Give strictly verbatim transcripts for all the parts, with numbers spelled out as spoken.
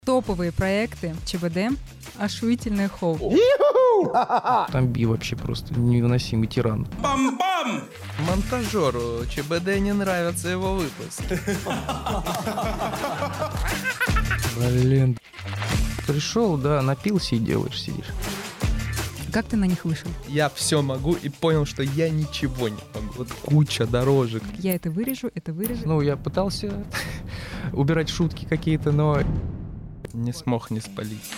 Топовые проекты ЧБД, ошуительное хоу. Тамби вообще просто невыносимый тиран. Бам-бам! Монтажеру ЧБД не нравится его выпуск. Блин. Пришел, да, напился и делаешь, сидишь. Как ты на них вышел? Я все могу и понял, что я ничего не могу. Вот куча дорожек. Я это вырежу, это вырежу. Ну, я пытался убирать шутки какие-то, но... Не смог не спалить.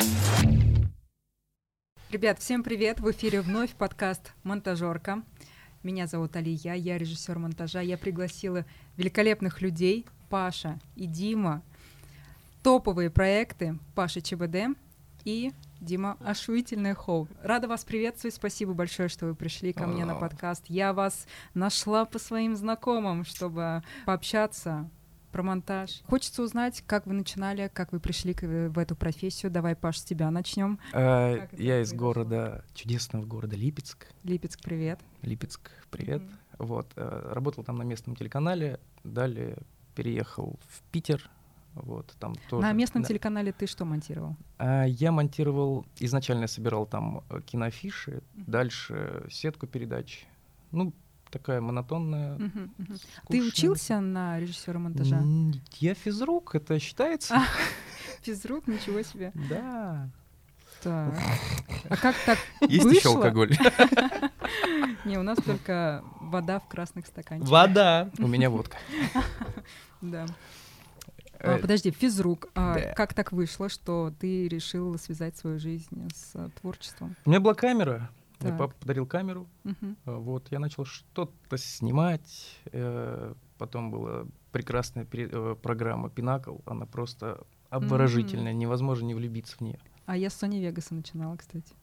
Ребят, всем привет! В эфире вновь подкаст «Монтажерка». Меня зовут Алия, я режиссер монтажа. Я пригласила великолепных людей, Паша и Дима. Топовые проекты Паша ЧБД и Дима ошуительное хоу. Рада вас приветствовать. Спасибо большое, что вы пришли ко мне на подкаст. Я вас нашла по своим знакомым, чтобы пообщаться про монтаж. Хочется узнать, как вы начинали, как вы пришли в эту профессию. Давай, Паш, с тебя начнем. А, я из города, чудесного города Липецк. Липецк, привет. Липецк, привет. Mm-hmm. Вот, работал там на местном телеканале, далее переехал в Питер. Вот, там тоже, на местном да. телеканале ты что монтировал? А, я монтировал, изначально я собирал там киноафиши, Mm-hmm. дальше сетку передач. Ну, такая монотонная. Uh-huh, uh-huh. Ты учился на режиссера монтажа? Я физрук, это считается? А, физрук, ничего себе. Да. Так. А как так Есть вышло? еще алкоголь? Не, у нас только вода в красных стаканчиках. Вода! У меня водка. Да. Подожди, физрук. Как так вышло, что ты решил связать свою жизнь с творчеством? У меня была камера. Так. Мне папа подарил камеру, uh-huh. вот, я начал что-то снимать, э, потом была прекрасная пере- э, программа «Пинакл», она просто обворожительная, uh-huh. невозможно не влюбиться в нее. А я с Sony Vegas начинала, кстати.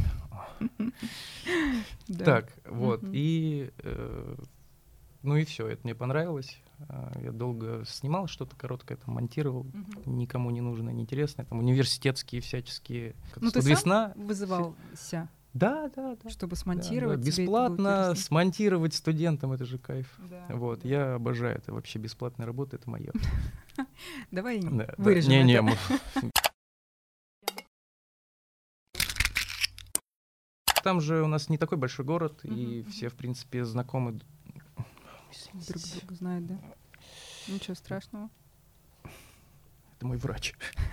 Так, вот, и, ну и все, это мне понравилось, я долго снимал что-то короткое, там монтировал, никому не нужно, неинтересное, там университетские всяческие. Ну ты сам вызывался? Да, да, да. Чтобы смонтировать. Да, да. Бесплатно смонтировать студентам, это же кайф. Да, вот, да. Я обожаю это. Вообще бесплатная работа, это мое. Давай вырежем это. Не-не. Там же у нас не такой большой город, и все, в принципе, знакомы. Друг друга знают, да? Ничего страшного. Это мой врач.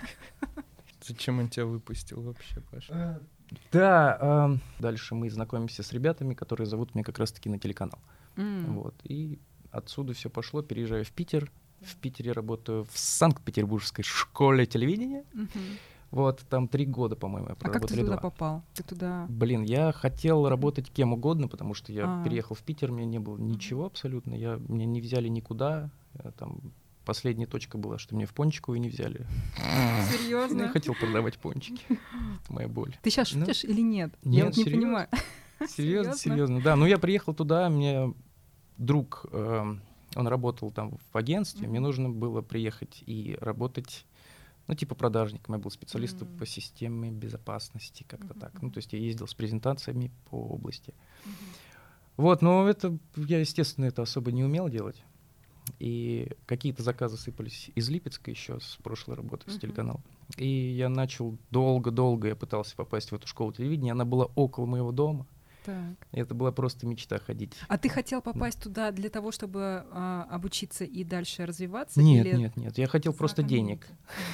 Зачем он тебя выпустил вообще, Паша? Да, э, дальше мы знакомимся с ребятами, которые зовут меня как раз-таки на телеканал. Mm. Вот, и отсюда все пошло, переезжаю в Питер. В Питере работаю в Санкт-Петербургской школе телевидения. Mm-hmm. Вот, там три года, по-моему, я проработал. А как ты туда два. попал? Ты туда... Блин, я хотел работать кем угодно, потому что я А. переехал в Питер, у меня не было ничего абсолютно, я, меня не взяли никуда, я, там... Последняя точка была, что меня в Пончиково не взяли. Серьезно? Я хотел продавать пончики. Это моя боль. Ты сейчас шутишь ну, или нет? Нет, я вот не серьезно? понимаю. Серьезно, серьезно. Да, ну я приехал туда, мне друг, э, он работал там в агентстве, mm-hmm. мне нужно было приехать и работать, ну типа продажником. Я был специалистом mm-hmm. по системе безопасности, как-то mm-hmm. так. Ну то есть я ездил с презентациями по области. Mm-hmm. Вот, но это, я, естественно, это особо не умел делать. И какие-то заказы сыпались из Липецка еще с прошлой работы, uh-huh. с телеканалом. И я начал долго-долго, я пытался попасть в эту школу телевидения, она была около моего дома. Так. И это была просто мечта ходить. А ты хотел попасть да. туда для того, чтобы а, обучиться и дальше развиваться? Нет, или... нет, нет, я хотел просто денег.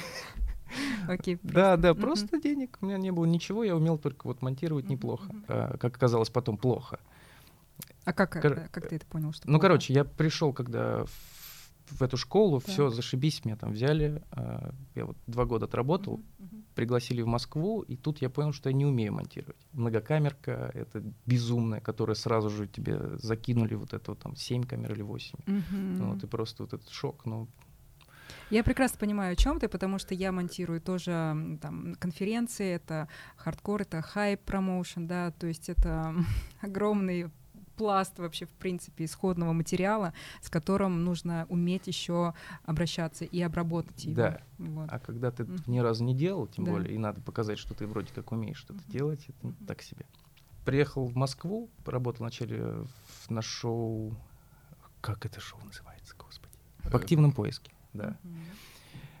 Окей. Да, да, просто денег. У меня не было ничего, я умел только вот монтировать неплохо. Как оказалось, потом плохо. А как, Кор... как ты это понял? Что ну, плохо? короче, я пришел, когда в, в эту школу, так. все, зашибись, меня там взяли. Э, я вот два года отработал, uh-huh, uh-huh. пригласили в Москву, и тут я понял, что я не умею монтировать. Многокамерка, это безумная, которая сразу же тебе закинули вот это вот, там семь камер или восемь. Uh-huh. Вот, и просто вот этот шок, ну... Я прекрасно понимаю, о чем ты, потому что я монтирую тоже там конференции, это хардкор, это хайп-промоушен, да, то есть это огромный пласт вообще, в принципе, исходного материала, с которым нужно уметь еще обращаться и обработать его. Да, вот. А когда ты uh-huh. ни разу не делал, тем да. более, и надо показать, что ты вроде как умеешь что-то uh-huh. делать, это uh-huh. так себе. Приехал в Москву, поработал вначале на шоу... Как это шоу называется, господи? В «Активном поиске», да. Uh-huh.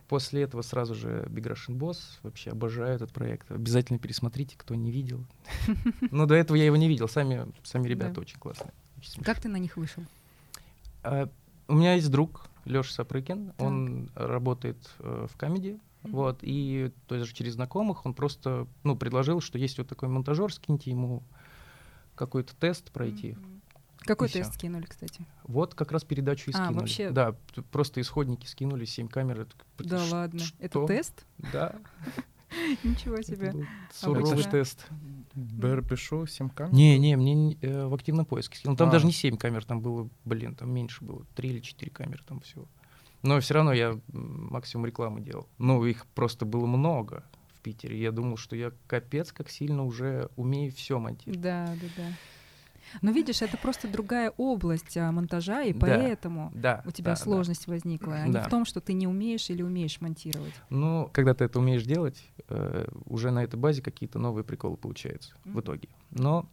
После этого сразу же Big Russian Boss. Вообще обожаю этот проект. Обязательно пересмотрите, кто не видел. Но до этого я его не видел. Сами, сами ребята очень классные. Как ты на них вышел? Uh, у меня есть друг Лёша Сапрыкин. Так. Он работает uh, в Comedy. Mm-hmm. Вот, и то есть через знакомых он просто ну, предложил, что есть вот такой монтажер, скиньте ему какой-то тест пройти. Mm-hmm. Какой и тест всё. скинули, кстати? Вот как раз передачу и а, скинули. Вообще... Да, просто исходники скинули, семь камер. Это, да ш- ладно, что? это тест? Да. Ничего себе. Суровый тест. БРП-шоу, семь камер? Не, не, мне э, в активном поиске скинул. Там А. даже не семь камер, там было, блин, там меньше было, три или четыре камеры там всего. Но все равно я максимум рекламы делал. Ну, их просто было много в Питере. Я думал, что я капец как сильно уже умею все монтировать. Да, да, да. Но видишь, это просто другая область а, монтажа, и Да, поэтому да, у тебя да, сложность возникла, а Да. не в том, что ты не умеешь или умеешь монтировать. Ну, когда ты это умеешь делать, э, уже на этой базе какие-то новые приколы получаются Мгм. в итоге. Но,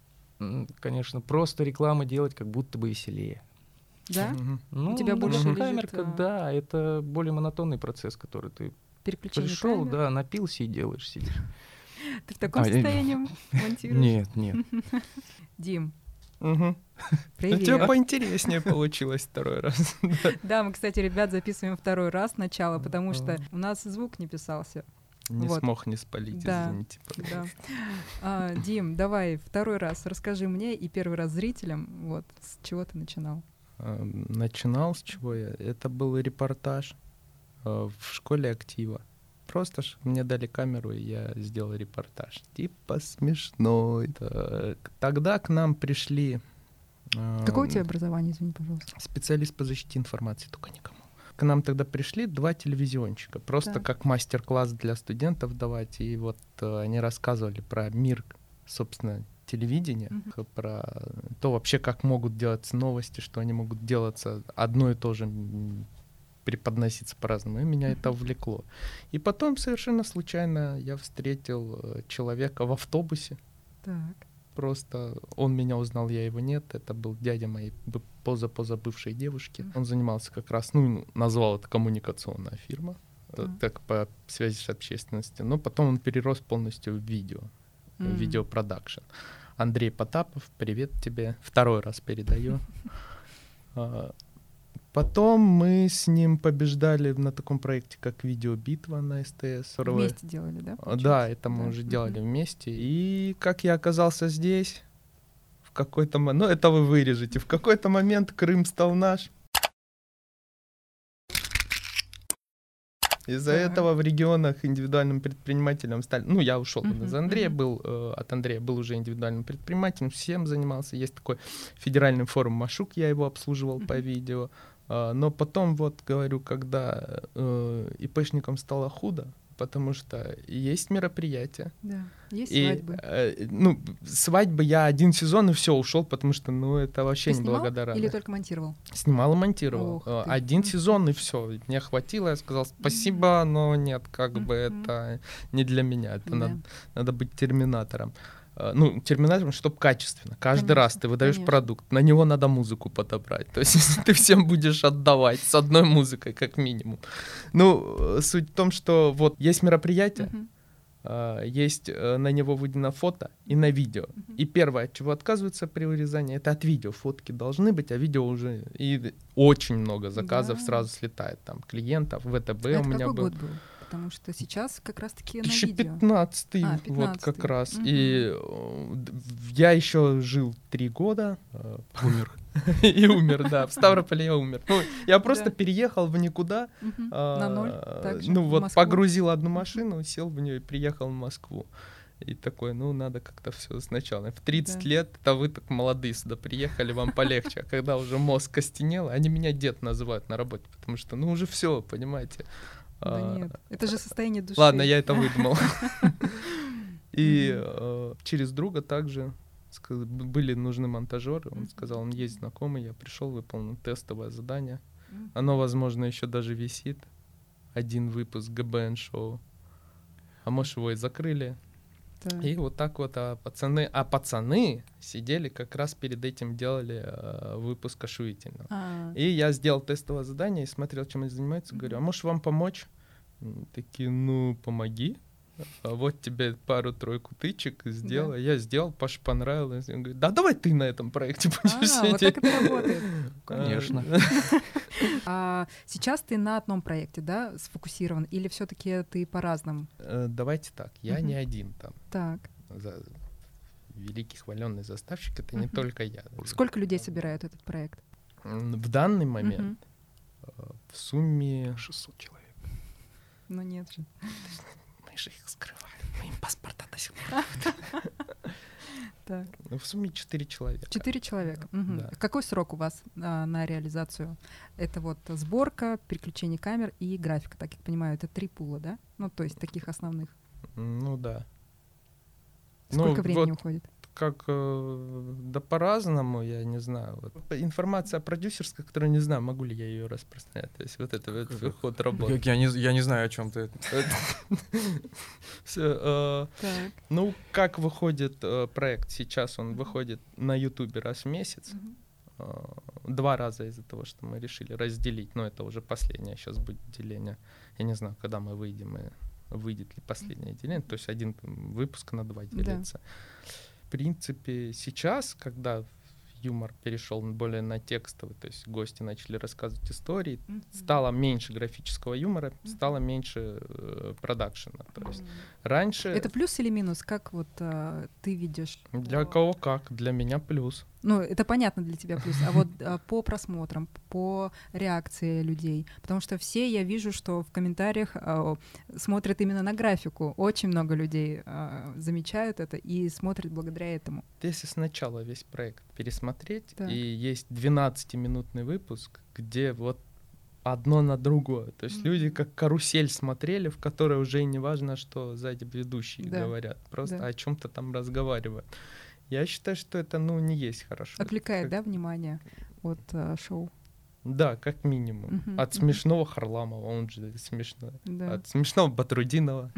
м, конечно, просто рекламу делать как будто бы веселее. Да? Мгм. Ну, тебя больше на лежит, камерках, а, да, это более монотонный процесс, который ты Переключение пришел, камер? да, напился и делаешь, сидишь. Ты в таком А, я- состоянии монтируешь? Нет, нет. Дим, Мгм. У тебя привет. поинтереснее получилось второй раз. Да, мы, кстати, ребят, записываем второй раз сначала, потому что Ага. у нас звук не писался. Не Вот. смог не спалить, Да. извините. Да. пожалуйста. А, Дим, давай второй раз расскажи мне и первый раз зрителям, вот, с чего ты начинал. А, Начинал с чего я? Это был репортаж а, в школе актива. Просто ж мне дали камеру, и я сделал репортаж. Типа смешной. Так, Тогда к нам пришли... а, Какое у тебя образование, извини, пожалуйста? Специалист по защите информации, только никому. К нам тогда пришли два телевизионщика, просто Так. как мастер-класс для студентов давать, и вот э, они рассказывали про мир, собственно, телевидения, Мгм. к- про то вообще, как могут делаться новости, что они могут делаться одно и то же, м, преподноситься по-разному, и меня это Мгм. увлекло. И потом совершенно случайно я встретил э, человека в автобусе, Так. просто он меня узнал, я его нет. Это был дядя моей б- поза-позабывшей девушки. Мгм. Он занимался как раз, ну, назвал это коммуникационная фирма, э, Так. так по связи с общественностью. Но потом он перерос полностью в видео, в М. видеопродакшн. Андрей Потапов, привет тебе. Второй раз передаю. А, Потом мы с ним побеждали на таком проекте, как «Видеобитва» на СТС. Вместе делали, да? А, получается? Да, это мы Да. уже Мгм. делали вместе. И как я оказался здесь, в какой-то момент, ну это вы вырежете, в какой-то момент Крым стал наш. Из-за Так. этого в регионах индивидуальным предпринимателем стали... Ну, я ушел Мгм, из Андрея, мгм. был, э, от Андрея был уже индивидуальным предпринимателем, всем занимался. Есть такой федеральный форум «Машук», я его обслуживал по Мгм. видео. А, но потом, вот, говорю, когда э, ИПшникам стало худо, потому что есть мероприятия. Да. Есть И, свадьбы. э, ну, свадьбы я один сезон и все, ушел, потому что, ну, это вообще Ты снимал неблагодарно. или только монтировал? Снимал и монтировал. Ох Э, ты. Один Мгм. сезон и все. Мне хватило, я сказал спасибо, но нет, как бы Мгм. это не для меня. Это Да. надо, надо быть терминатором. Э, Ну, терминатором, чтобы качественно. Каждый Конечно, раз ты выдаешь конечно. продукт, на него надо музыку подобрать. То есть, если ты всем будешь отдавать с одной музыкой, как минимум. Ну, э, суть в том, что вот есть мероприятие, Мгм. а, есть э, на него выделено фото и на видео. Мгм. И первое, от чего отказываются при вырезании, это от видео. Фотки должны быть, а видео уже... И очень много заказов Да. сразу слетает. Там клиентов, ВТБ А у это меня какой был. год был? Потому что сейчас как раз-таки на две тысячи видео. пятнадцатый, А, вот как пятнадцатый. раз. Мгм. И э, д- я еще жил три года. э, Умер. И умер, да. В Ставрополе я умер. Ну, я просто Да. переехал в никуда. Мгм. а, На ноль. также Ну в вот, Москву. погрузил одну машину, сел в нее и приехал в Москву. И такой, ну, надо как-то все сначала. В тридцать Да. лет, это вы так молодые сюда приехали, вам полегче. А когда уже мозг костенел, они меня дед называют на работе, потому что, ну, уже все, понимаете. Да А, нет, это же состояние души. Ладно, я это выдумал. И э, через друга также ска- б- были нужны монтажеры. Он Мгм. сказал, он есть знакомый, я пришел, выполнил тестовое задание. Мгм. Оно, возможно, еще даже висит. Один выпуск ГБН-шоу. А может, его и закрыли. Так. И вот так вот, а пацаны, а пацаны сидели как раз перед этим, делали э, выпуск ошуительного. А, И я сделал тестовое задание и смотрел, чем они занимаются. Говорю, а Мгм. может вам помочь? Такие, ну, помоги. А вот тебе пару-тройку тычек сделал. Да. Я сделал, Паше понравилось. Он говорит, да давай ты на этом проекте будешь а, вот так это работает. Конечно. А сейчас ты на одном проекте, да, сфокусирован? Или все-таки ты по-разному? Давайте так, я не один там. Так. Великий хваленный заставщик — это не только я. Сколько людей собирают этот проект? В данный момент в сумме шестьсот человек. Ну нет же. Мы же их скрываем. Мы им паспорта до сих пор. Так. В сумме четыре человека. Четыре человека. Да. Угу. Да. Какой срок у вас а, на реализацию? Это вот сборка, переключение камер и графика, так я понимаю, это три пула, да? Ну, то есть таких основных. Ну да. Сколько ну, времени вот уходит? Как, э, да по-разному, я не знаю. Вот. Информация продюсерская, которую не знаю, могу ли я ее распространять. То есть вот это вот ход работы. Я, я, не, я не знаю, о чем ты. Все. Ну, как выходит проект сейчас? Он выходит на Ютубе раз в месяц. Два раза из-за того, что мы решили разделить. Но это уже последнее сейчас будет деление. Я не знаю, когда мы выйдем, и выйдет ли последнее деление. То есть один выпуск на два делится. В принципе, сейчас, когда юмор перешел более на текстовый, то есть гости начали рассказывать истории, mm-hmm. стало меньше графического юмора, mm-hmm. стало меньше э, продакшена. То есть mm-hmm. раньше... Это плюс или минус? Как вот э, ты видишь? Для кого как? Для меня плюс. Ну, это понятно для тебя плюс. А вот а, по просмотрам, по реакции людей. Потому что все, я вижу, что в комментариях а, смотрят именно на графику. Очень много людей а, замечают это и смотрят благодаря этому. Если сначала весь проект пересмотреть, так. и есть двенадцатиминутный выпуск, где вот одно на другое. То есть mm-hmm. люди как карусель смотрели, в которой уже и не важно, что сзади ведущие да. говорят. Просто да. о чем-то там разговаривают. Я считаю, что это, ну, не есть хорошо. Отвлекает, как... да, внимание от а, шоу? Да, как минимум. Uh-huh, от uh-huh. смешного Харламова, он же смешной. Да. От смешного Батрудинова.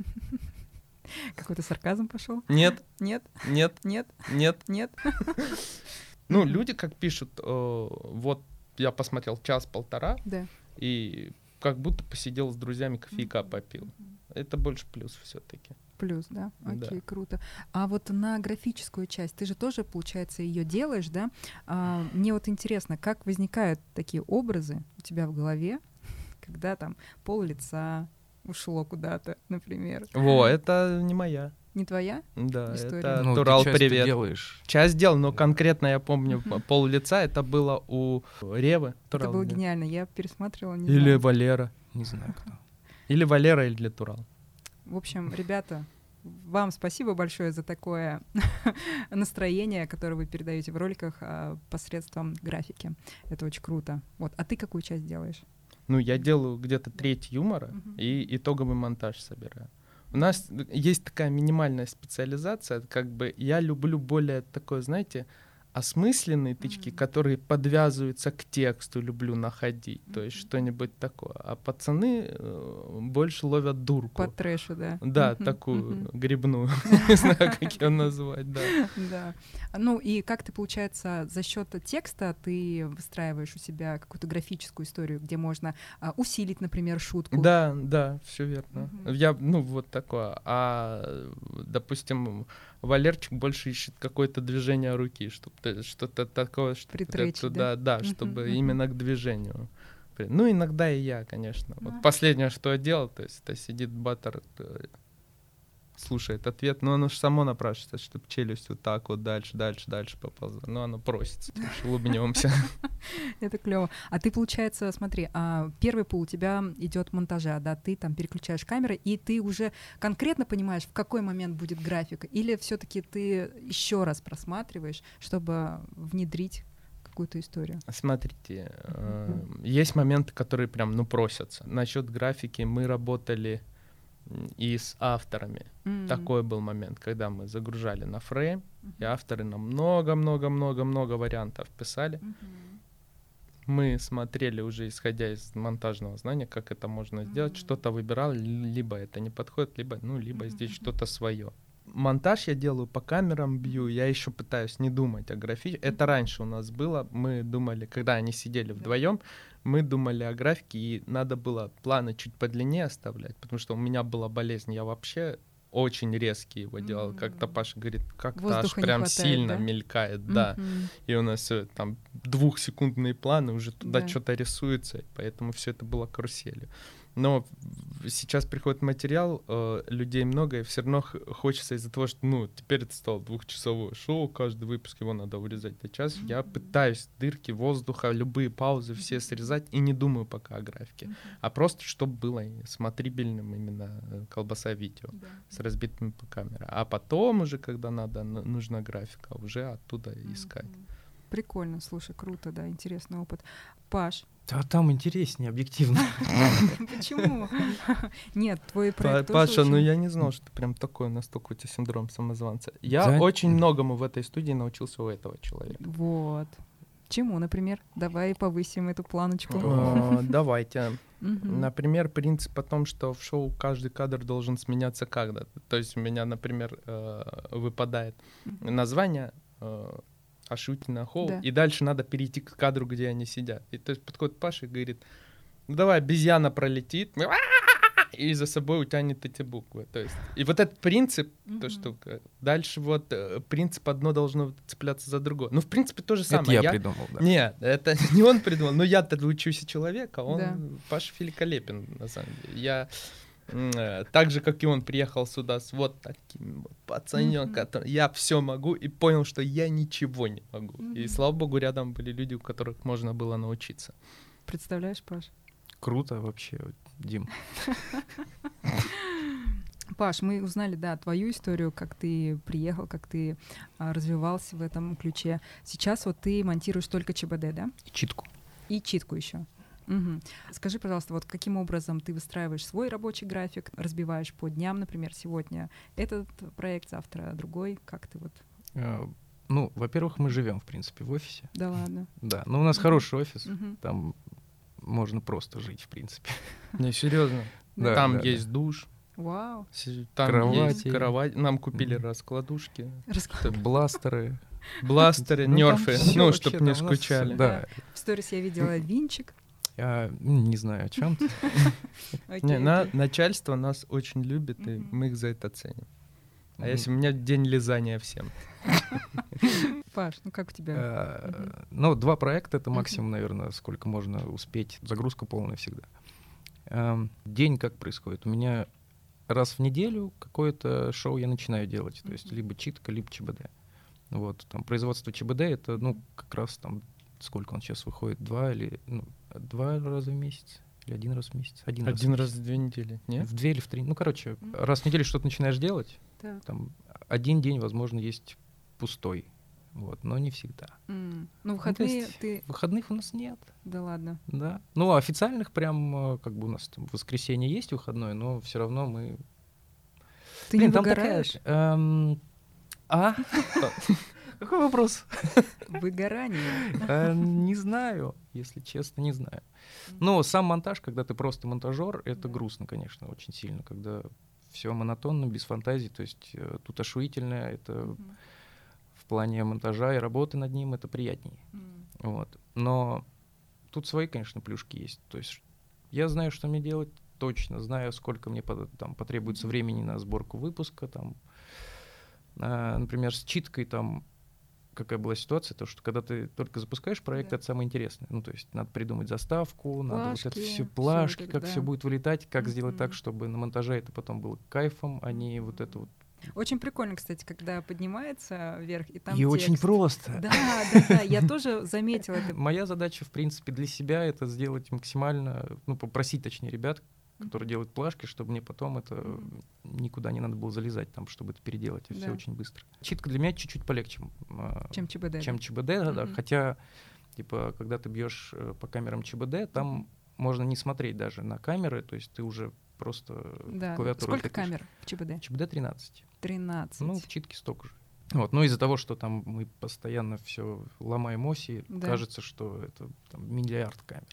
Какой-то сарказм пошел? Нет. Нет? Нет. Нет? Нет. Нет? Ну, люди как пишут, вот я посмотрел час-полтора, и как будто посидел с друзьями, кофейка попил. Это больше плюс все-таки. Плюс, да? Окей, да. круто. А вот на графическую часть, ты же тоже, получается, ее делаешь, да? А, мне вот интересно, как возникают такие образы у тебя в голове, когда там пол лица ушло куда-то, например? Во, это не моя. Не твоя да, история? Это ну, Турал, ты привет. Делаешь. Часть дел, но конкретно я помню uh-huh. пол лица, это было у Ревы. Турал, это было где? Гениально, я пересматривала. Не или знаю. Валера. Не знаю кто. Или Валера, или Турал. В общем, ребята, вам спасибо большое за такое настроение, которое вы передаете в роликах а, посредством графики. Это очень круто. Вот. А ты какую часть делаешь? Ну, я делаю где-то треть юмора uh-huh. и итоговый монтаж собираю. У нас есть такая минимальная специализация, как бы я люблю более такое, знаете, осмысленные тычки, mm-hmm. которые подвязываются к тексту, люблю находить, mm-hmm. то есть что-нибудь такое. А пацаны э, больше ловят дурку. По трэшу, да. Да, mm-hmm. такую mm-hmm. грибную, не знаю, как ее назвать, да. Да. Ну и как ты, получается, за счет текста ты выстраиваешь у себя какую-то графическую историю, где можно усилить, например, шутку? Да, да, все верно. Я, ну, вот такое. А, допустим, Валерчик больше ищет какое-то движение руки, чтобы что-то такое, что туда, да, да, чтобы uh-huh, именно uh-huh. к движению. Ну, иногда и я, конечно. Uh-huh. Вот последнее, что я делал, то есть это сидит Баттер, слушает ответ, но оно же само напрашивается, чтобы челюсть вот так вот дальше, дальше, дальше поползла. Но оно просится, улыбнемся. Это клево. А ты, получается, смотри, первый пул у тебя идет монтажа, да, ты там переключаешь камеры, и ты уже конкретно понимаешь, в какой момент будет графика, или все-таки ты еще раз просматриваешь, чтобы внедрить какую-то историю? Смотрите, mm-hmm. есть моменты, которые прям, ну, просятся. Насчет графики мы работали и с авторами. Mm-hmm. Такой был момент, когда мы загружали на фрейм, mm-hmm. и авторы нам много-много-много-много вариантов писали. Mm-hmm. Мы смотрели уже, исходя из монтажного знания, как это можно mm-hmm. сделать, что-то выбирали, либо это не подходит, либо, ну, либо mm-hmm. здесь что-то свое. монтаж я делаю, по камерам бью, я еще пытаюсь не думать о графике. Mm-hmm. Это раньше у нас было, мы думали, когда они сидели вдвоем, yeah. мы думали о графике, и надо было планы чуть подлиннее оставлять, потому что у меня была болезнь, я вообще очень резкий его делал. Mm-hmm. Как-то Паша говорит, как-то аж прям хватает, сильно да? мелькает, mm-hmm. да. И у нас там двухсекундные планы, уже туда yeah. что-то рисуется, поэтому все это было каруселью. Но сейчас приходит материал, э, людей много, и все равно х- хочется из-за того, что, ну, теперь это стало двухчасовое шоу, каждый выпуск его надо урезать до часа. Mm-hmm. Я пытаюсь дырки воздуха, любые паузы все mm-hmm. срезать, и не думаю пока о графике. Mm-hmm. А просто, чтобы было смотрибельным именно колбаса-видео mm-hmm. с разбитыми по камере. А потом уже, когда надо, нужна графика, уже оттуда mm-hmm. искать. Прикольно, слушай, круто, да, интересный опыт. Паш? Да, там интереснее, объективно. Почему? Нет, твой проект тоже Паша, ну я не знал, что прям такой, настолько у тебя синдром самозванца. Я очень многому в этой студии научился у этого человека. Вот. Чему, например? Давай повысим эту планочку. Давайте. Например, принцип о том, что в шоу каждый кадр должен сменяться когда-то. То есть у меня, например, выпадает название Ашутина Хоу, да. и дальше надо перейти к кадру, где они сидят. И то есть подходит Паша и говорит, ну давай, обезьяна пролетит, и за собой утянет эти буквы. То есть, и вот этот принцип, mm-hmm. то, что дальше вот принцип одно должно цепляться за другое. Ну, в принципе, то же самое. Это я, я... придумал, да. Нет, это не он придумал, но я-то учусь у человека, он, да. Паша великолепен, на самом деле. Я... Так же, как и он приехал сюда с вот таким вот пацанём, mm-hmm. который я все могу, и понял, что я ничего не могу. Mm-hmm. И слава богу, рядом были люди, у которых можно было научиться. Представляешь, Паш? Круто вообще, Дим. Паш, мы узнали, да, твою историю, как ты приехал, как ты а, развивался в этом ключе. Сейчас вот ты монтируешь только ЧБД, да? И читку. И читку еще. Угу. Скажи, пожалуйста, вот каким образом ты выстраиваешь свой рабочий график, разбиваешь по дням, например, сегодня этот проект, завтра другой, как ты вот? Uh, ну, во-первых, мы живем, в принципе, в офисе. Да ладно. Да, но у нас uh-huh. хороший офис, uh-huh. там можно просто жить, в принципе. Не, серьезно. Да, там да, есть да. душ. Вау. Там кровати. Есть кровать. Нам купили mm. раскладушки. Расклад... Бластеры. Бластеры, нерфы. Ну, чтобы не скучали. Да. В сторис я видела винчик. Я не знаю, о чем ты. Не, на, начальство нас очень любит, и mm-hmm. мы их за это ценим. А mm-hmm. если у меня день лизания всем. Паш, ну как у тебя? Uh, ну, два проекта — это максимум, mm-hmm. наверное, сколько можно успеть. Загрузка полная всегда. Uh, день как происходит? У меня раз в неделю какое-то шоу я начинаю делать. Mm-hmm. То есть либо читка, либо ЧБД. Вот, там, производство ЧБД — это, ну, как раз там, сколько он сейчас выходит, два или, ну, два раза в месяц или один раз в месяц? Один, один раз, раз в две недели, нет? В две или в три, ну, короче, mm-hmm. раз в неделю что-то начинаешь делать, так. там, один день, возможно, есть пустой, вот, но не всегда. Mm. Ну, выходные ну, ты... Выходных у нас нет. Да ладно? Да, ну, официальных прям, как бы у нас там в воскресенье есть выходной, но все равно мы... Ты Блин, не выгораешь? Такая, эм... А? Какой вопрос? Выгорание. Не знаю, если честно, не знаю. Но сам монтаж, когда ты просто монтажер, это грустно, конечно, очень сильно, когда все монотонно, без фантазии, то есть тут ошуительное, это в плане монтажа и работы над ним это приятнее. Вот. Но тут свои, конечно, плюшки есть. То есть я знаю, что мне делать, точно знаю, сколько мне там потребуется времени на сборку выпуска, там, например, с читкой там какая была ситуация, то что когда ты только запускаешь проект, да. это самое интересное. Ну, то есть надо придумать заставку, плашки, надо вот это все плашки, всё как да. все будет вылетать, как mm-hmm. сделать так, чтобы на монтаже это потом было кайфом, а не mm-hmm. вот это вот. Очень прикольно, кстати, когда поднимается вверх, и там И текст. очень просто. Да, да, да, я тоже заметила это. Моя задача, в принципе, для себя это сделать максимально, ну, попросить, точнее, ребят, которые mm-hmm. делают плашки, чтобы мне потом это mm-hmm. никуда не надо было залезать, там, чтобы это переделать, и да. все очень быстро. Читка для меня чуть-чуть полегче, чем ЧБД. Чем да? ЧБД, mm-hmm. да, хотя, типа, когда ты бьешь по камерам ЧБД, там mm-hmm. можно не смотреть даже на камеры, то есть ты уже просто да. клавиатуру. Сколько камер в ЧБД? ЧБД тринадцать. тринадцать. Ну, в читке столько же. Вот. Но из-за того, что там мы постоянно все ломаем оси, Да. кажется, что это там, миллиард камер.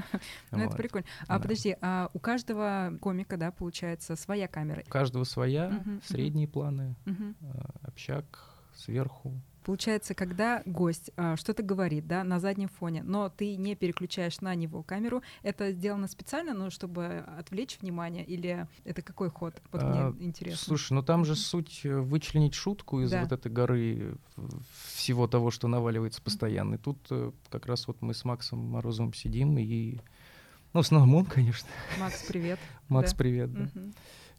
Ну, это Вот. прикольно. А Да. подожди, а у каждого комика, да, получается, своя камера? У каждого своя, Мгм, средние планы, Мгм. э, общак сверху. Получается, когда гость а, что-то говорит, да, на заднем фоне, но ты не переключаешь на него камеру, это сделано специально, ну, чтобы отвлечь внимание, или это какой ход? Вот А, мне интересно. Слушай, ну там же Мгм. суть э, вычленить шутку из Да. вот этой горы э, всего того, что наваливается постоянно. И тут э, как раз вот мы с Максом Морозовым сидим и... Ну, в основном он, конечно. Макс, привет. Макс, Да. привет. Да. Мгм.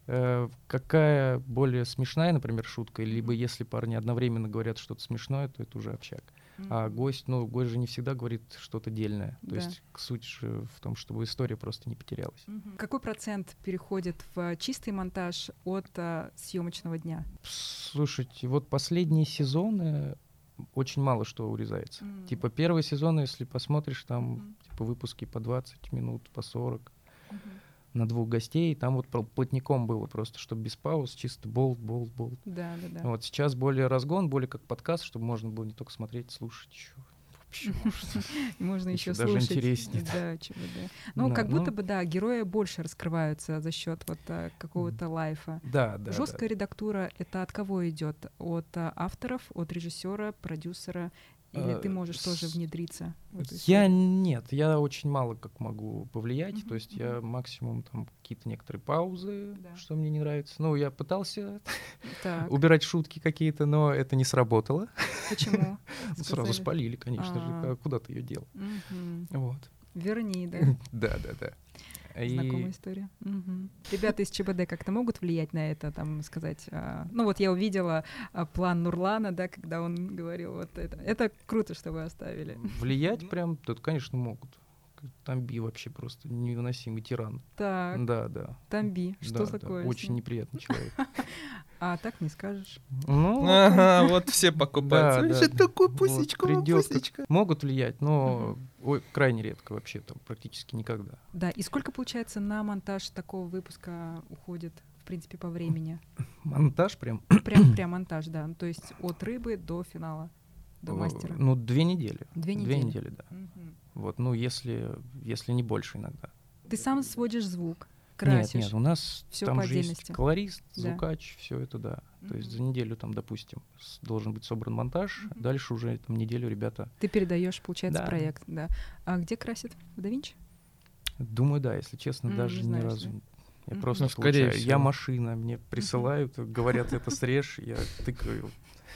Э, какая более смешная, например, шутка, либо Мгм. если парни одновременно говорят что-то смешное, то это уже общак. А Мгм. гость, ну, гость же не всегда говорит что-то дельное. То Да. есть суть же в том, чтобы история просто не потерялась. Мгм. Какой процент переходит в чистый монтаж от а, съемочного дня? Слушайте, вот последние сезоны очень мало что урезается. М. Типа первый сезон, если посмотришь, там Мгм. типа выпуски по двадцать минут, по сорок Мгм. на двух гостей. Там вот пл- плотником было просто, чтобы без пауз, чисто болт, болт, болт. Да, да, да. Вот сейчас более разгон, более как подкаст, чтобы можно было не только смотреть, слушать еще. Вообще, может, Можно ещё еще даже слушать. интереснее, Да, ЧБД. Ну, Да, как будто ну. бы, да, герои больше раскрываются за счет вот а, какого-то лайфа. Да, да. Жесткая да. редактура это от кого идет? От а, авторов, от режиссера, продюсера? Или А, ты можешь тоже с- внедриться в эту Я историю? нет, я очень мало как могу повлиять. Мгм, То есть мгм. я максимум там какие-то некоторые паузы, Да. что мне не нравится. Ну, я пытался Так, убирать шутки какие-то, но это не сработало. почему? Ну, Сразу Сказали. спалили, конечно же. А. А Куда ты ее дел? Мгм. Вот. Верни, да. Да, да, да. Знакомая И история. Мгм. Ребята из ЧБД как-то могут влиять на это, там сказать. а, Ну вот я увидела а, план Нурлана, да, когда он говорил вот это. Это круто, что вы оставили. влиять прям, тут, конечно, могут. Тамби вообще просто невыносимый тиран. Так, Да, да. Тамби, что Да, да, такое? с очень ним? неприятный человек. А так не скажешь. Ну, Ага, вот все покупаются. Да, Ой, да, что да. такое Вот пусечка, придёт как- пусечка. Могут влиять, но ой, крайне редко вообще, там практически никогда. Да, и сколько, получается, на монтаж такого выпуска уходит, в принципе, по времени? Монтаж прям, Прям, прям монтаж, да. Ну, то есть от рыбы до финала, до э, мастера. ну, две недели. Две Две недели. недели, да. Мгм. Вот, ну, если, если не больше иногда. Ты сам сводишь звук, Нет, красишь. нет, у нас Всё там по же есть отдельности. колорист, Да. звукач, все это, да. То есть Мгм. за неделю там, допустим, с- должен быть собран монтаж, Мгм. дальше уже там неделю ребята. Ты передаешь, получается, Да. проект, да. А где красит? В Да-Винчи? Думаю, да, если честно, М, даже не ни знаешь, разу. да? не- Я Мгм. просто Ну, скорее получаю. Я всего. машина, мне присылают, говорят, это срежь, я тыкаю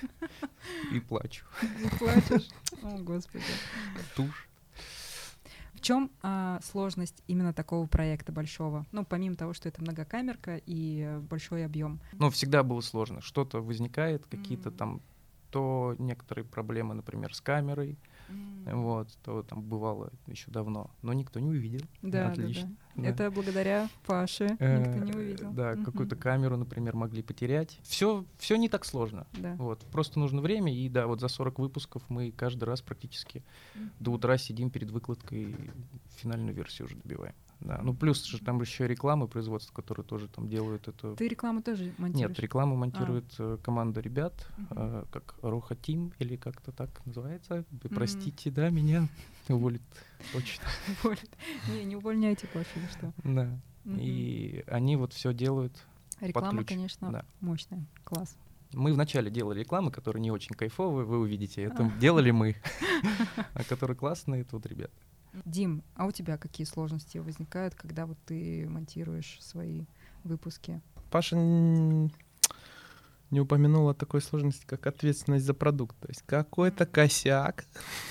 и плачу. Не плачешь? О, Господи. Тушь. В чем сложность именно такого проекта большого? Ну, помимо того, что это многокамерка и э, большой объем. Ну, всегда было сложно. Что-то возникает, какие-то М. там, то некоторые проблемы, например, с камерой, вот, то там бывало еще давно, но никто не увидел. Да, Отлично. да, да. Да. Это благодаря Паше никто Э, не увидел. Да, Мгм. какую-то камеру, например, могли потерять. Все, все не так сложно. Да. Вот, просто нужно время, и да, вот за сорок выпусков мы каждый раз практически до Мгм. утра сидим перед выкладкой и финальную версию уже добиваем. Да. Ну, плюс же там еще рекламы производства, которые тоже там делают это. Ты рекламу тоже монтируешь? Нет, рекламу монтирует э, команда ребят, Мгм. э, как Роха Тим, или как-то так называется. Вы М. Простите, да, меня уволят точно. Уволят. Не, не увольняйте Пашу, вы что. Да. Мгм. И они вот все делают. Реклама, ключ, конечно, да. мощная. Класс. Мы вначале делали рекламы, которые не очень кайфовые, вы увидите, это А. делали мы. А которые классные, это вот ребята. Дим, а у тебя какие сложности возникают, когда вот ты монтируешь свои выпуски? Паша н- не упомянула такой сложности, как ответственность за продукт. То есть какой-то косяк.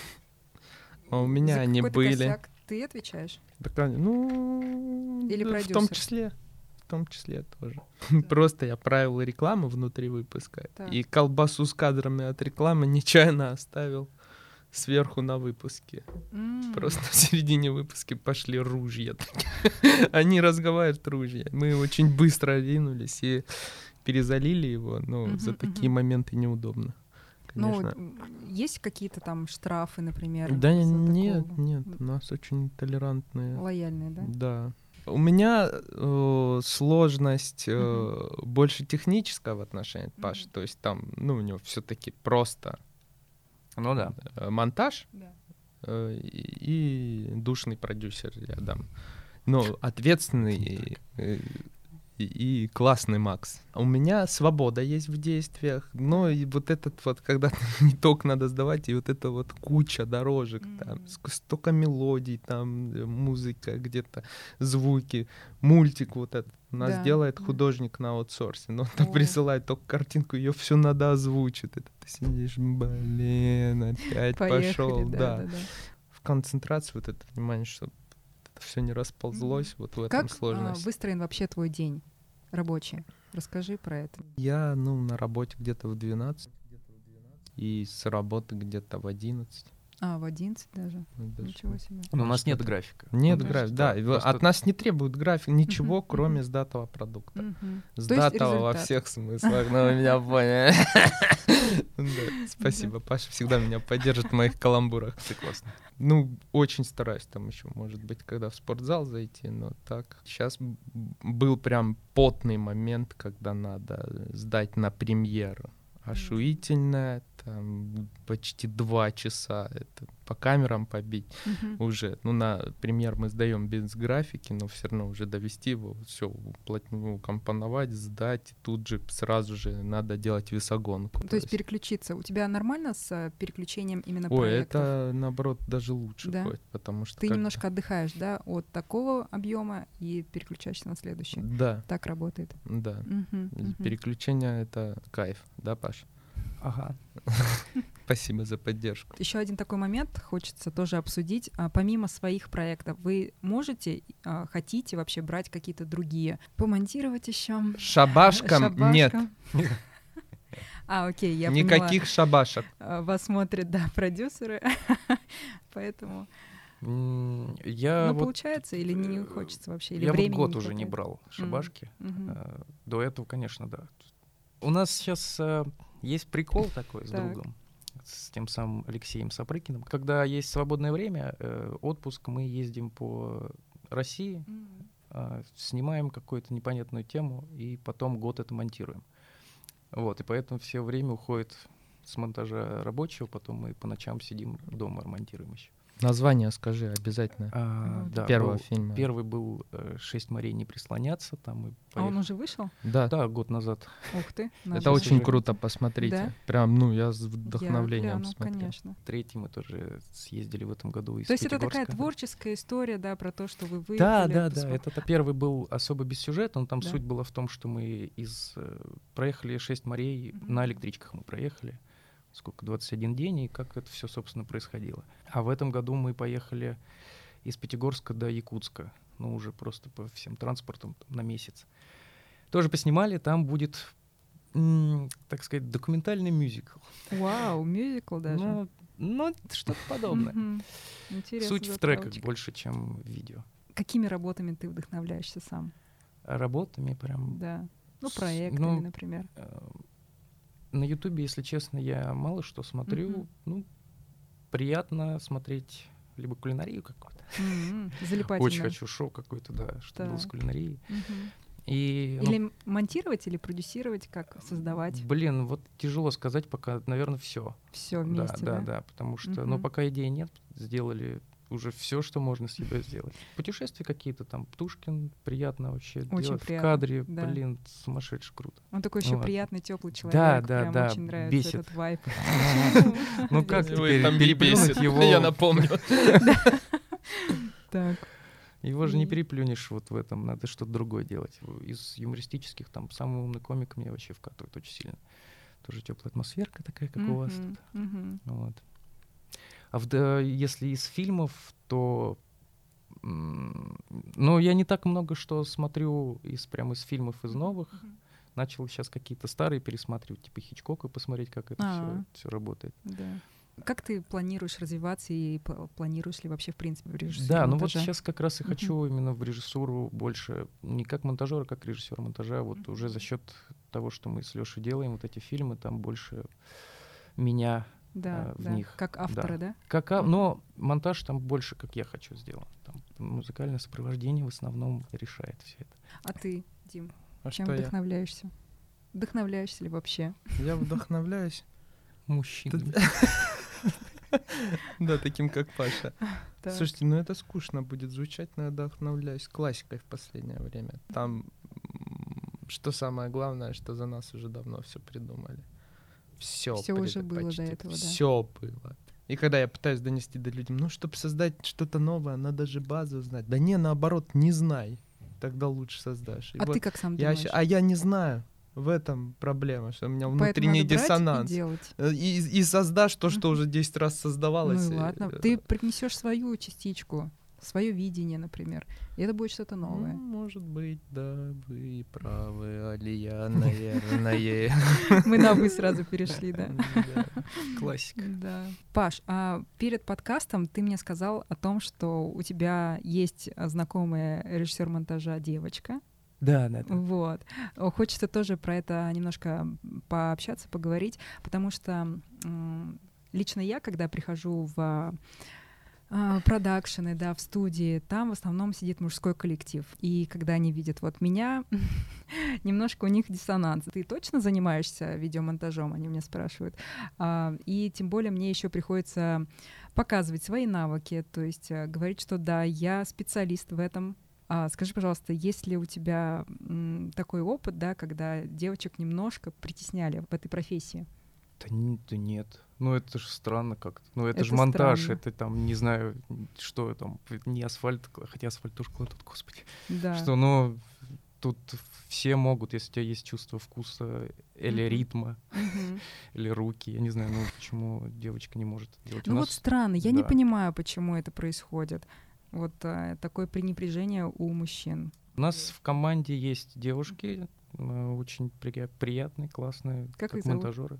А у меня За они какой-то были. косяк ты отвечаешь? Так, а, ну, Или да, в продюсер? том числе. В том числе тоже. Просто я правила рекламы внутри выпуска. Так. И колбасу с кадрами от рекламы нечаянно оставил сверху на выпуске. М. Просто в середине выпуска пошли ружья. Они разговаривают ружья. Мы очень быстро ринулись и перезалили его. Но Мгм, за такие мгм. моменты неудобно. Ну, Конечно. м, есть какие-то там штрафы, например? Да за нет, такого? нет, у нас очень толерантные. Лояльные, да? Да. У меня э, сложность э, Мгм. больше техническая в отношении от Паши. Мгм. То есть там, ну, у него все-таки просто Ну да. э, монтаж Да. э, и, и душный продюсер рядом. Но ответственный и, э, и, и классный Макс. А у меня свобода есть в действиях, но и вот этот вот, когда итог надо сдавать, и вот это вот куча дорожек, там, Мгм. ск- столько мелодий, там, э, музыка где-то, звуки, мультик вот этот. У нас Да, делает да. художник на аутсорсе, но он там О. присылает только картинку, ее все надо озвучить. Это ты сидишь, блин, опять пошел, Поехали, да, да. да, да. В концентрации вот это внимание, чтобы это все не расползлось, вот в этом Как а, сложность. выстроен вообще твой день рабочий? Расскажи про это. Я, ну, на работе где-то в двенадцать, и с работы где-то в одиннадцать. А, в одиннадцать даже? Ну, даже, Ничего себе. Но у нас нет что-то. графика. Нет Ну, то графика, есть, да. и вы- просто- От нас не требуют график, ничего, Мгм, кроме мгм. сдатого продукта. Мгм. То есть Сдатого во результат. всех смыслах, но вы меня поняли. Да, Спасибо, Паша всегда меня поддержит в моих каламбурах. Ты классно. Ну, очень стараюсь там еще, может быть, когда в спортзал зайти, но так. Сейчас был прям потный момент, когда надо сдать на премьеру. Ошуительная, там почти два часа это по камерам побить Мгм. уже. Ну, на премьер мы сдаем без графики, но все равно уже довести его, все компоновать, сдать, и тут же сразу же надо делать весогонку. То есть переключиться. У тебя нормально с э, переключением именно Ой, проектов? это наоборот даже лучше Да? ходит, потому что Ты как- немножко отдыхаешь, да, от такого объема и переключаешься на следующий. Да, Так работает. да. Мгм, мгм. Переключение — это кайф, да, Паш? Ага. Спасибо за поддержку. Еще один такой момент хочется тоже обсудить. А, помимо своих проектов, вы можете, а, хотите вообще брать какие-то другие? Помонтировать еще? Шабашкам нет. А, окей, я Никаких шабашек. поняла. А, Вас смотрят, да, продюсеры. Поэтому, М, Я ну, вот, получается или не э, хочется вообще? Или я вот времени год не уже не хватает? брал шабашки. Мгм. Э, До этого, конечно, да. У нас сейчас э, есть прикол такой с Так. другом, с тем самым Алексеем Сапрыкиным. Когда есть свободное время, э, отпуск, мы ездим по России, М. э, снимаем какую-то непонятную тему и потом год это монтируем. Вот, и поэтому все время уходит с монтажа рабочего, потом мы по ночам сидим дома, монтируем еще. Название скажи обязательно. А, Вот. да, Первого был- фильма. Первый был э, «Шесть морей не прислоняться», там мы А он поехали. уже вышел? Да. Да, год назад. Ух ты. надо Это же. очень уже- круто, посмотрите. Да? Прям, ну, я с Я вдохновлением гляну, смотрел. конечно. Третий мы тоже съездили в этом году из То есть это такая Пятигорска. творческая история, да, про то, что вы выехали. Да, да, да. посмотри- Это первый был особо без сюжета, но там Да. суть была в том, что мы из э, проехали шесть морей, Мгм. на электричках мы проехали. Сколько, двадцать один день, и как это все, собственно, происходило. А в этом году мы поехали из Пятигорска до Якутска, ну, уже просто по всем транспортам там, на месяц. Тоже поснимали, там будет, м, так сказать, документальный мюзикл. Вау, мюзикл даже. Ну, ну, что-то подобное. Мгм. Интересно, Суть в треках затравочка. больше, чем в видео. Какими работами ты вдохновляешься сам? А работами прям... Да. Ну, С- проектами, ну, например. э, На Ютубе, если честно, я мало что смотрю. Мгм. Ну, приятно смотреть либо кулинарию какую-то. М, Залипательно. Очень хочу шоу какое-то, да, что было с Так. кулинарией. Мгм. И, ну, Или м- монтировать, или продюсировать, как создавать. блин, вот тяжело сказать, пока, наверное, все. Все Да, вместе, да, да? да, потому что, ну, Мгм. пока идеи нет, сделали уже все, что можно с едой сделать. Путешествия какие-то там, Птушкин, приятно вообще Очень делать приятно, в кадре, да. блин, сумасшедше круто. Он такой еще Вот. приятный, теплый человек. Да, да, Прям да, очень нравится бесит. этот вайб. Ну как Весело. теперь там переплюнуть бесит, его? я напомню. Так. Его же не И- переплюнешь вот в этом, надо что-то другое делать. Из юмористических, там, самый умный комик мне вообще вкатывает очень сильно. Тоже теплая атмосферка такая, как у вас Мгм, тут. мгм. Вот. А в, да, если из фильмов, то... м, Ну, я не так много что смотрю из прям из фильмов, из новых. Мгм. Начал сейчас какие-то старые пересматривать, типа Хичкока, посмотреть, как это А. все, работает. Да. Как ты планируешь развиваться и пл- планируешь ли вообще, в принципе, в режиссуре Да, ну вот монтажа? сейчас как раз и Мгм. хочу именно в режиссуру больше, не как монтажер, а как режиссер монтажа. Вот Мгм. уже за счет того, что мы с Лешей делаем, вот эти фильмы, там больше меня, Да, э, в да. них, Как автора, да? как, а- Мгм. но монтаж там больше, как я хочу сделать. Там музыкальное сопровождение в основном решает все это. А ты, Дим, А чем что я? вдохновляешься? Вдохновляешься ли вообще? Я вдохновляюсь. Мужчина. Да, таким как Паша. Так. Слушайте, ну это скучно будет звучать, но я вдохновляюсь классикой в последнее время. Там, м, что самое главное, что за нас уже давно все придумали. Все Всё уже было до этого, да. Все было. И когда я пытаюсь донести до людей, ну, чтобы создать что-то новое, надо же базу знать. Да не, наоборот, не знай, тогда лучше создашь. И А вот ты как сам я думаешь? щ- а я не знаю. В этом проблема, что у меня Поэтому внутренний надо брать и диссонанс. делать. Э, И, и создашь то, что Мгм. уже десять раз создавалось. Ну и э, ладно. э, Ты привнесешь свою частичку, свое видение, например. И это будет что-то ну, новое. может быть, да, вы правы, Алия, наверное. Мы на «вы» сразу перешли, да. Да. Классика. Да. Паш, а перед подкастом ты мне сказал о том, что у тебя есть а, знакомая режиссер монтажа девочка. Да, да, да. Вот. О, Хочется тоже про это немножко пообщаться, поговорить, потому что м, лично я, когда прихожу в а, продакшены, да, в студии, там в основном сидит мужской коллектив. И когда они видят вот меня, немножко у них диссонанс. Ты точно занимаешься видеомонтажом, они меня спрашивают. А, И тем более мне еще приходится показывать свои навыки, то есть а, говорить, что да, я специалист в этом. А скажи, пожалуйста, есть ли у тебя м, такой опыт, да, когда девочек немножко притесняли в этой профессии? Да, н- да нет. Ну это же странно как-то. Ну это, Это же монтаж, странно. это там, не знаю, что там, не асфальт, хотя асфальт тоже кладут, господи. Да. Что, ну, тут все могут, если у тебя есть чувство вкуса или Мгм. ритма, Мгм. или руки. Я не знаю, ну почему девочка не может это делать. У Ну нас вот странно, я не да. понимаю, почему это происходит. Вот а, такое пренебрежение у мужчин. У нас в команде есть девушки, э, очень при- приятные, классные, Как как их зовут? монтажеры.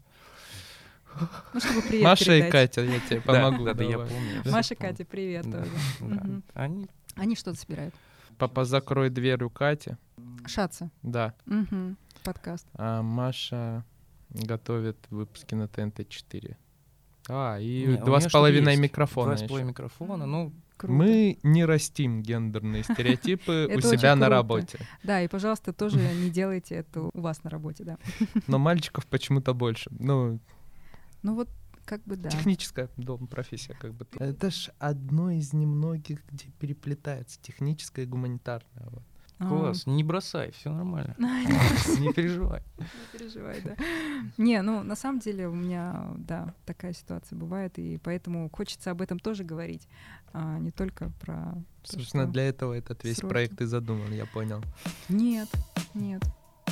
Ну, чтобы привет Маша и передать. Катя, я тебе помогу. Да, да, я давай. помню. Маша, помню. Катя, привет Да, тоже. да. Мгм. Они Они что-то собирают? Папа, закрой дверь у Кати. Шатся. Да. Мгм. Подкаст. А Маша готовит выпуски на Т Н Т четыре. А, и Не, у два меня с что-то половиной есть. микрофона Два с ещё. половиной микрофона, ну, Круто. Мы не растим гендерные стереотипы у Это очень себя на круто. работе. Да, и, пожалуйста, тоже не делайте это у вас на работе, да. Но мальчиков почему-то больше. Ну, Ну вот как бы да. техническая дом, профессия как бы. Это ж одно из немногих, где переплетается техническое и гуманитарное. Вот. А, класс, не бросай, все нормально, Не не переживай. переживай, да. Не, ну на самом деле у меня, да, такая ситуация бывает, и поэтому хочется об этом тоже говорить, а не только про... то, Собственно, что- для этого этот весь сроки. проект и задуман, я понял. Нет, нет.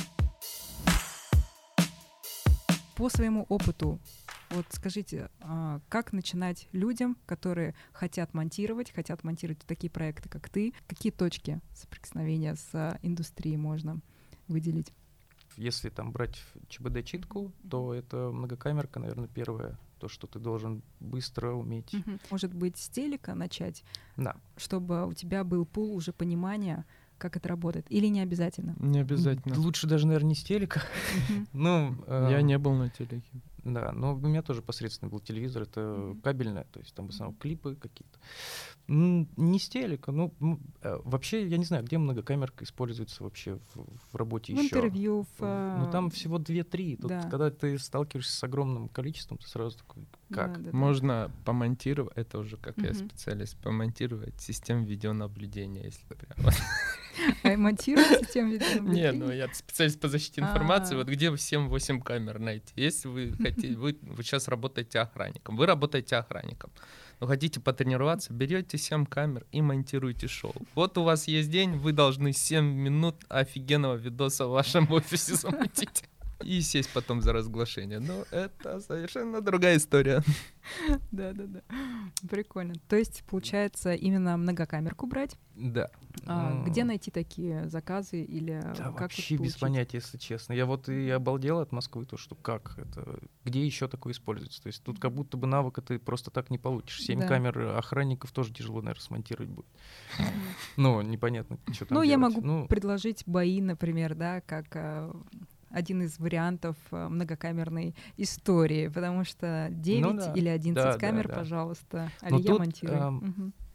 По своему опыту, вот скажите, а, как начинать людям, которые хотят монтировать, хотят монтировать такие проекты, как ты, какие точки соприкосновения с а, индустрией можно выделить? Если там брать ЧБД-читку, то это многокамерка, наверное, первое, то, что ты должен быстро уметь. Мгм. Может быть, с телека начать, Да. чтобы у тебя был пул уже понимания, как это работает, или не обязательно? Не обязательно. Лучше даже, наверное, не с телека. Мгм. Ну, Я эм, не был на телеке. Да, но у меня тоже посредственный был телевизор, это Мгм. кабельное, то есть там в основном клипы какие-то. М, Не с телека, ну, м, э, вообще, я не знаю, где многокамерка используется вообще в, в работе В еще. интервью, в... а, Ну, там всего две-три. Тут, да. когда ты сталкиваешься с огромным количеством, ты сразу такой, как? да, да, да. Можно помонтировать, это уже как я Мгм. специалист, помонтировать систему видеонабления, если прям. А монтировать систему Не, видеонаблюдения? ну я специалист по защите информации. А. Вот где семь-восемь камер найти? Если вы хотите, вы, вы сейчас работаете охранником, вы работаете охранником, но хотите потренироваться, берете семь камер и монтируете шоу. Вот у вас есть день, вы должны семь минут офигенного видоса в вашем офисе замутить. И сесть потом за разглашение. Но это совершенно другая история. Да, да, да. Прикольно. То есть, получается, именно многокамерку брать. Да. А Ну, где найти такие заказы или Да, как вообще вот без получить? понятия, если честно. Я вот и обалдел от Москвы, то, что как это, где еще такое используется. То есть тут как будто бы навыка ты просто так не получишь. Семь Да. камер охранников тоже тяжело, наверное, смонтировать будет. Мгм. Ну, непонятно, что там Ну, я делать. могу Ну, предложить бои, например, да, как а, один из вариантов а, многокамерной истории, потому что девять да. или одиннадцать Да, да, камер, да. пожалуйста, Но Алия тут, монтируй. ам, Мгм.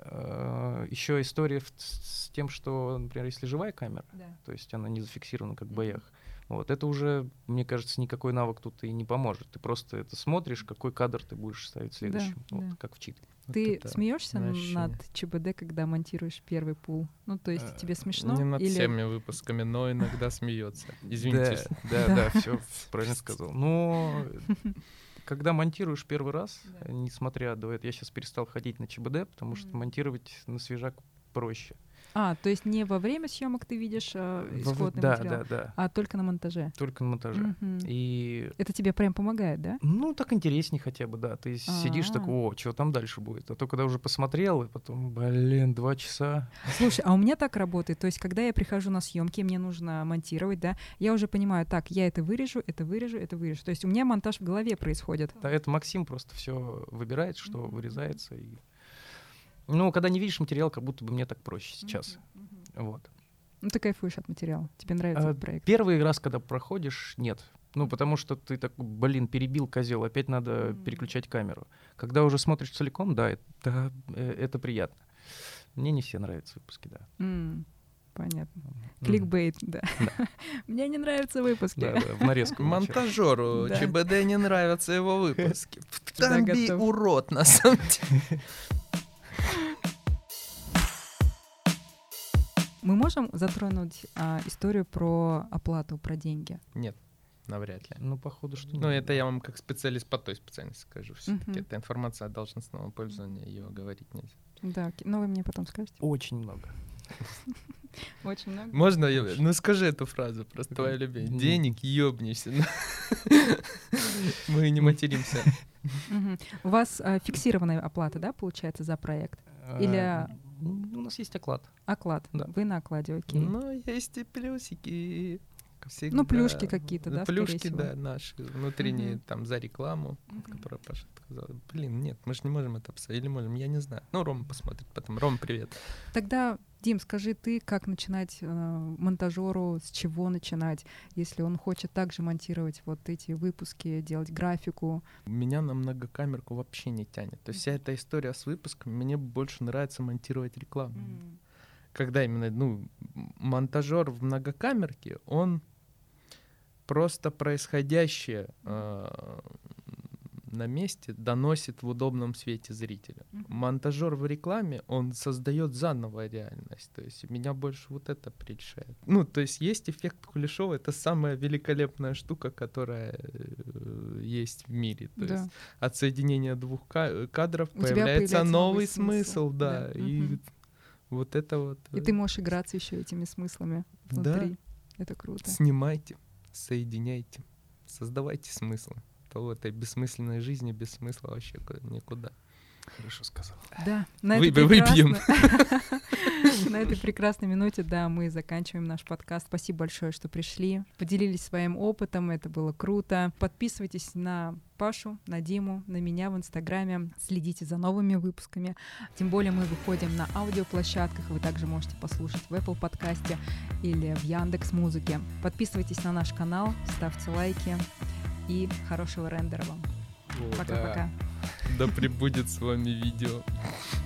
э, еще история в, с тем, что, например, если живая камера, Да. то есть она не зафиксирована, как в боях, вот, это уже, мне кажется, никакой навык тут и не поможет. Ты просто это смотришь, какой кадр ты будешь ставить следующим, Да, вот, да. как в чит. Ты Вот смеешься вообще. над ЧБД, когда монтируешь первый пул? Ну, то есть тебе смешно? Не над или... всеми выпусками, но иногда смеется. Извините. Да, Да. да, все правильно сказал. Но когда монтируешь первый раз, Да. несмотря до этого, я сейчас перестал ходить на ЧБД, потому что Мгм. монтировать на свежак проще. А, то есть не во время съемок ты видишь э, Во- исходный да, материал, да, да. а только на монтаже? Только на монтаже. Мгм. И Это тебе прям помогает, да? ну, так интереснее хотя бы, да. Ты сидишь А. такой, о, что там дальше будет? А то, когда уже посмотрел, и потом, блин, два часа. Слушай, а у меня так работает. То есть, когда я прихожу на съемки, мне нужно монтировать, да, я уже понимаю, так, я это вырежу, это вырежу, это вырежу. То есть у меня монтаж в голове происходит. Да, это Максим просто все выбирает, что Мгм. вырезается. И... Ну, когда не видишь материал, как будто бы мне так проще сейчас. Вот. Ну, ты кайфуешь от материала. Тебе нравится А, этот проект. Первый раз, когда проходишь, нет. Ну, потому что ты так, блин, перебил козел, опять надо М. переключать камеру. Когда уже смотришь целиком, да, это, э, это приятно. Мне не все нравятся выпуски, да. М, Понятно. М. Кликбейт, да. Мне не нравятся выпуски. Да, да, в нарезку. Монтажеру Да. ЧБД не нравятся его выпуски. Всегда Тамби готов. урод, на самом деле. Мы можем затронуть а, историю про оплату, про деньги? Нет, навряд ли. Ну, походу, что Ну, нет. это я вам как специалист по той специальности скажу. Все-таки Мгм. это информация о должностном пользовании, ее говорить нельзя. Да, окей. Ну вы мне потом скажете. Очень много. Очень много. Можно, я- ну скажи эту фразу, просто твоя М. любимая. Денег ёбнешься. Мы не материмся. Мгм. У вас а, фиксированная оплата, да, получается, за проект? Или- А, м, У нас есть оклад. Оклад. Да. Вы на окладе, окей. Но есть и плюсики. Всегда. Ну, плюшки какие-то, да, скорее Плюшки, всего. да, наши внутренние, Мгм. там, за рекламу, Мгм. которую Паша сказал. Блин, нет, мы же не можем это писать. Или можем, я не знаю. Ну, Рома посмотрит потом. Ром, привет. Тогда, Дим, скажи ты, как начинать э, монтажеру, с чего начинать, если он хочет также монтировать вот эти выпуски, делать графику? Меня на многокамерку вообще не тянет. То есть вся эта история с выпуском, мне больше нравится монтировать рекламу. Когда именно, ну, монтажер в многокамерке, он просто происходящее э, на месте доносит в удобном свете зрителя. Мгм. Монтажер в рекламе, он создает заново реальность. То есть меня больше вот это прельщает. Ну, то есть есть эффект Кулешова, это самая великолепная штука, которая э, есть в мире. То Да. есть от соединения двух ка- кадров У тебя появляется, появляется новый новый смысл. смысл, да. Да. И Мгм. вот это вот. И э, ты можешь играться еще этими смыслами Да. внутри. Это круто. Снимайте, соединяйте, создавайте смыслы. То в этой бессмысленной жизни без смысла вообще ку- никуда. Хорошо сказал. Да, на Вы- этой, выпьем. прекрасной... на этой прекрасной минуте, да, мы заканчиваем наш подкаст. Спасибо большое, что пришли, поделились своим опытом, это было круто. Подписывайтесь на Пашу, на Диму, на меня в Инстаграме, следите за новыми выпусками. Тем более мы выходим на аудиоплощадках, вы также можете послушать в Apple подкасте или в Яндекс.Музыке. Подписывайтесь на наш канал, ставьте лайки и хорошего рендера вам. О, Пока-пока. Да. Да пребудет с вами видео.